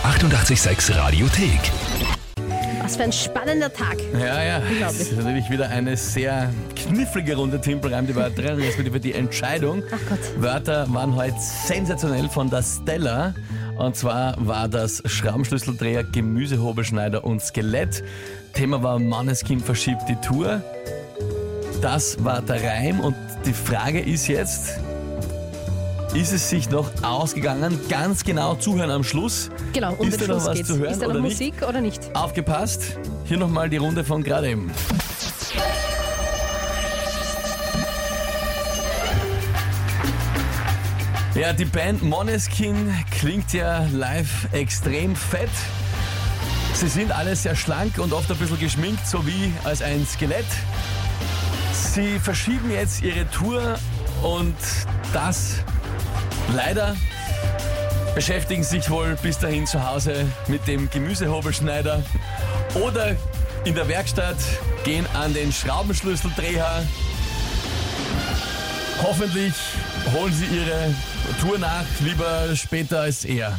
886 Radiothek. Was für ein spannender Tag. Ja. Das ist natürlich wieder eine sehr knifflige Runde Timpelreim, die Wörter, respektive die Entscheidung. Ach Gott. Wörter waren heute sensationell von der Stella. Und zwar war das Schraubenschlüsseldreher, Gemüsehobelschneider und Skelett. Thema war Måneskin verschiebt die Tour. Das war der Reim und die Frage ist jetzt, ist es sich noch ausgegangen? Ganz genau zuhören am Schluss. Genau, um Ist den da noch Schluss was geht's. zu hören Ist da noch oder Musik oder nicht? Aufgepasst, hier nochmal die Runde von gerade eben. Ja, die Band Måneskin klingt ja live extrem fett. Sie sind alle sehr schlank und oft ein bisschen geschminkt, so wie als ein Skelett. Sie verschieben jetzt ihre Tour und das leider beschäftigen sich wohl bis dahin zu Hause mit dem Gemüsehobelschneider oder in der Werkstatt, gehen an den Schraubenschlüsseldreher. Hoffentlich holen sie ihre Tour nach, lieber später als eher.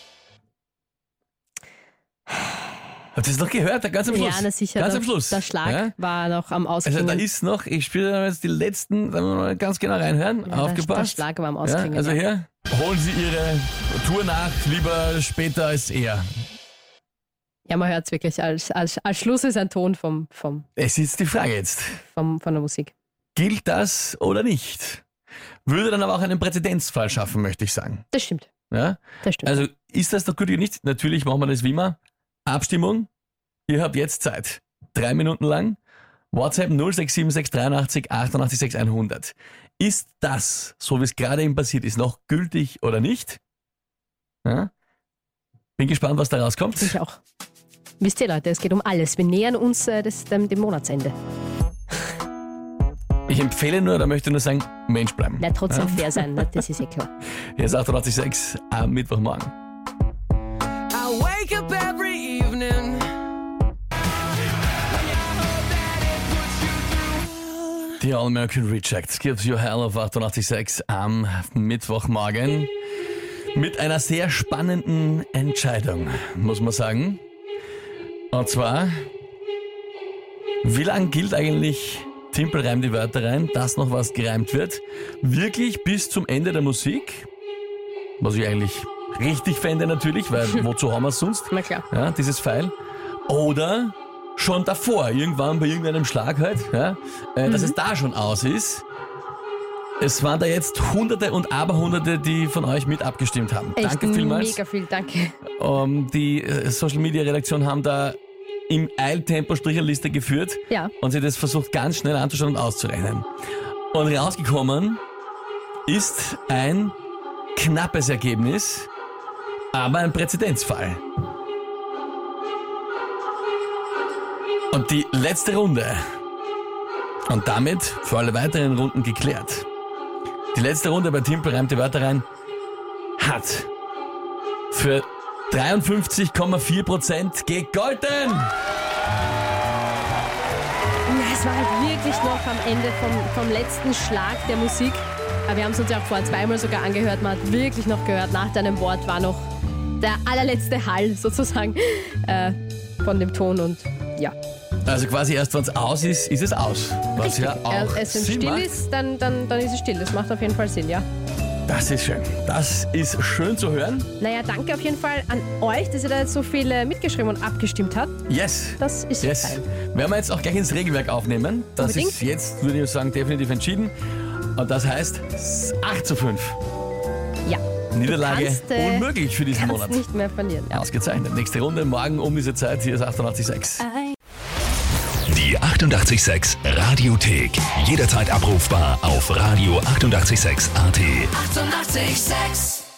Habt ihr das noch gehört? Ganz am Schluss. Ja, na sicher. Ganz am Schluss. Der Schlag Ja? war noch am Also Ausklingen. da ist noch, ich spiele jetzt die letzten, sagen wir mal ganz genau reinhören, Ja, der aufgepasst. Schlag war am Ja, Ausklingen. also ja. hier, holen Sie Ihre Tour nach, lieber später als eher. Ja, man hört es wirklich. Als Schluss ist ein Ton von Es ist die Frage jetzt, der Musik. gilt das oder nicht? Würde dann aber auch einen Präzedenzfall schaffen, möchte ich sagen. Das stimmt. Ja? Das stimmt. Also ist das doch gut oder nicht? Natürlich machen wir das wie immer. Abstimmung, ihr habt jetzt Zeit. 3 Minuten lang. WhatsApp 0676 88 100. Ist das, so wie es gerade eben passiert ist, noch gültig oder nicht? Ja? Bin gespannt, was da rauskommt. Ich auch. Wisst ihr, Leute, es geht um alles. Wir nähern uns dem Monatsende. Ich empfehle nur, da möchte ich nur sagen, Mensch bleiben. Na, trotzdem fair sein, ne? Das ist ja klar. Hier ist 88.6 am Mittwochmorgen. I wake up every evening. Die All-American Rejects gives you hell auf 88.6 am Mittwochmorgen. Mit einer sehr spannenden Entscheidung, muss man sagen. Und zwar, wie lang gilt eigentlich Timpelreim die Wörter rein, dass noch was gereimt wird? Wirklich bis zum Ende der Musik? Was ich eigentlich richtig fände natürlich, weil wozu haben wir es sonst? Na klar. Ja, dieses Pfeil. Oder schon davor, irgendwann bei irgendeinem Schlag halt, ja, dass es da schon aus ist. Es waren da jetzt Hunderte und Aberhunderte, die von euch mit abgestimmt haben. Echt Danke vielmals. mega viel, danke. Die Social Media Redaktion haben da im Eiltempo Stricherliste geführt Ja. und sie das versucht ganz schnell anzuschauen und auszurechnen. Und rausgekommen ist ein knappes Ergebnis, aber ein Präzedenzfall. Und die letzte Runde. Und damit für alle weiteren Runden geklärt. Die letzte Runde bei Timpelreim die Wörter rein hat für 53,4% gegolten. Es war halt wirklich noch am Ende vom letzten Schlag der Musik. Aber wir haben es uns ja auch vorher zweimal sogar angehört. Man hat wirklich noch gehört, nach deinem Wort war noch der allerletzte Hall sozusagen von dem Ton. Und ja, Also quasi erst, wenn es aus ist, ist es aus. Was ja auch es Sinn still macht. ist, dann ist es still. Das macht auf jeden Fall Sinn, ja. Das ist schön. Das ist schön zu hören. Naja, danke auf jeden Fall an euch, dass ihr da jetzt so viel mitgeschrieben und abgestimmt habt. Yes. Das ist Yes. fein. Werden wir jetzt auch gleich ins Regelwerk aufnehmen. Das Unbedingt. ist jetzt, würde ich sagen, definitiv entschieden. Und das heißt 8:5. Ja. Niederlage kannst, unmöglich für diesen Kannst Monat. nicht mehr verlieren. Ja. Ausgezeichnet. Nächste Runde morgen um diese Zeit. Hier ist 88.6. Die 88.6 Radiothek. Jederzeit abrufbar auf radio886.at. 88.6. 886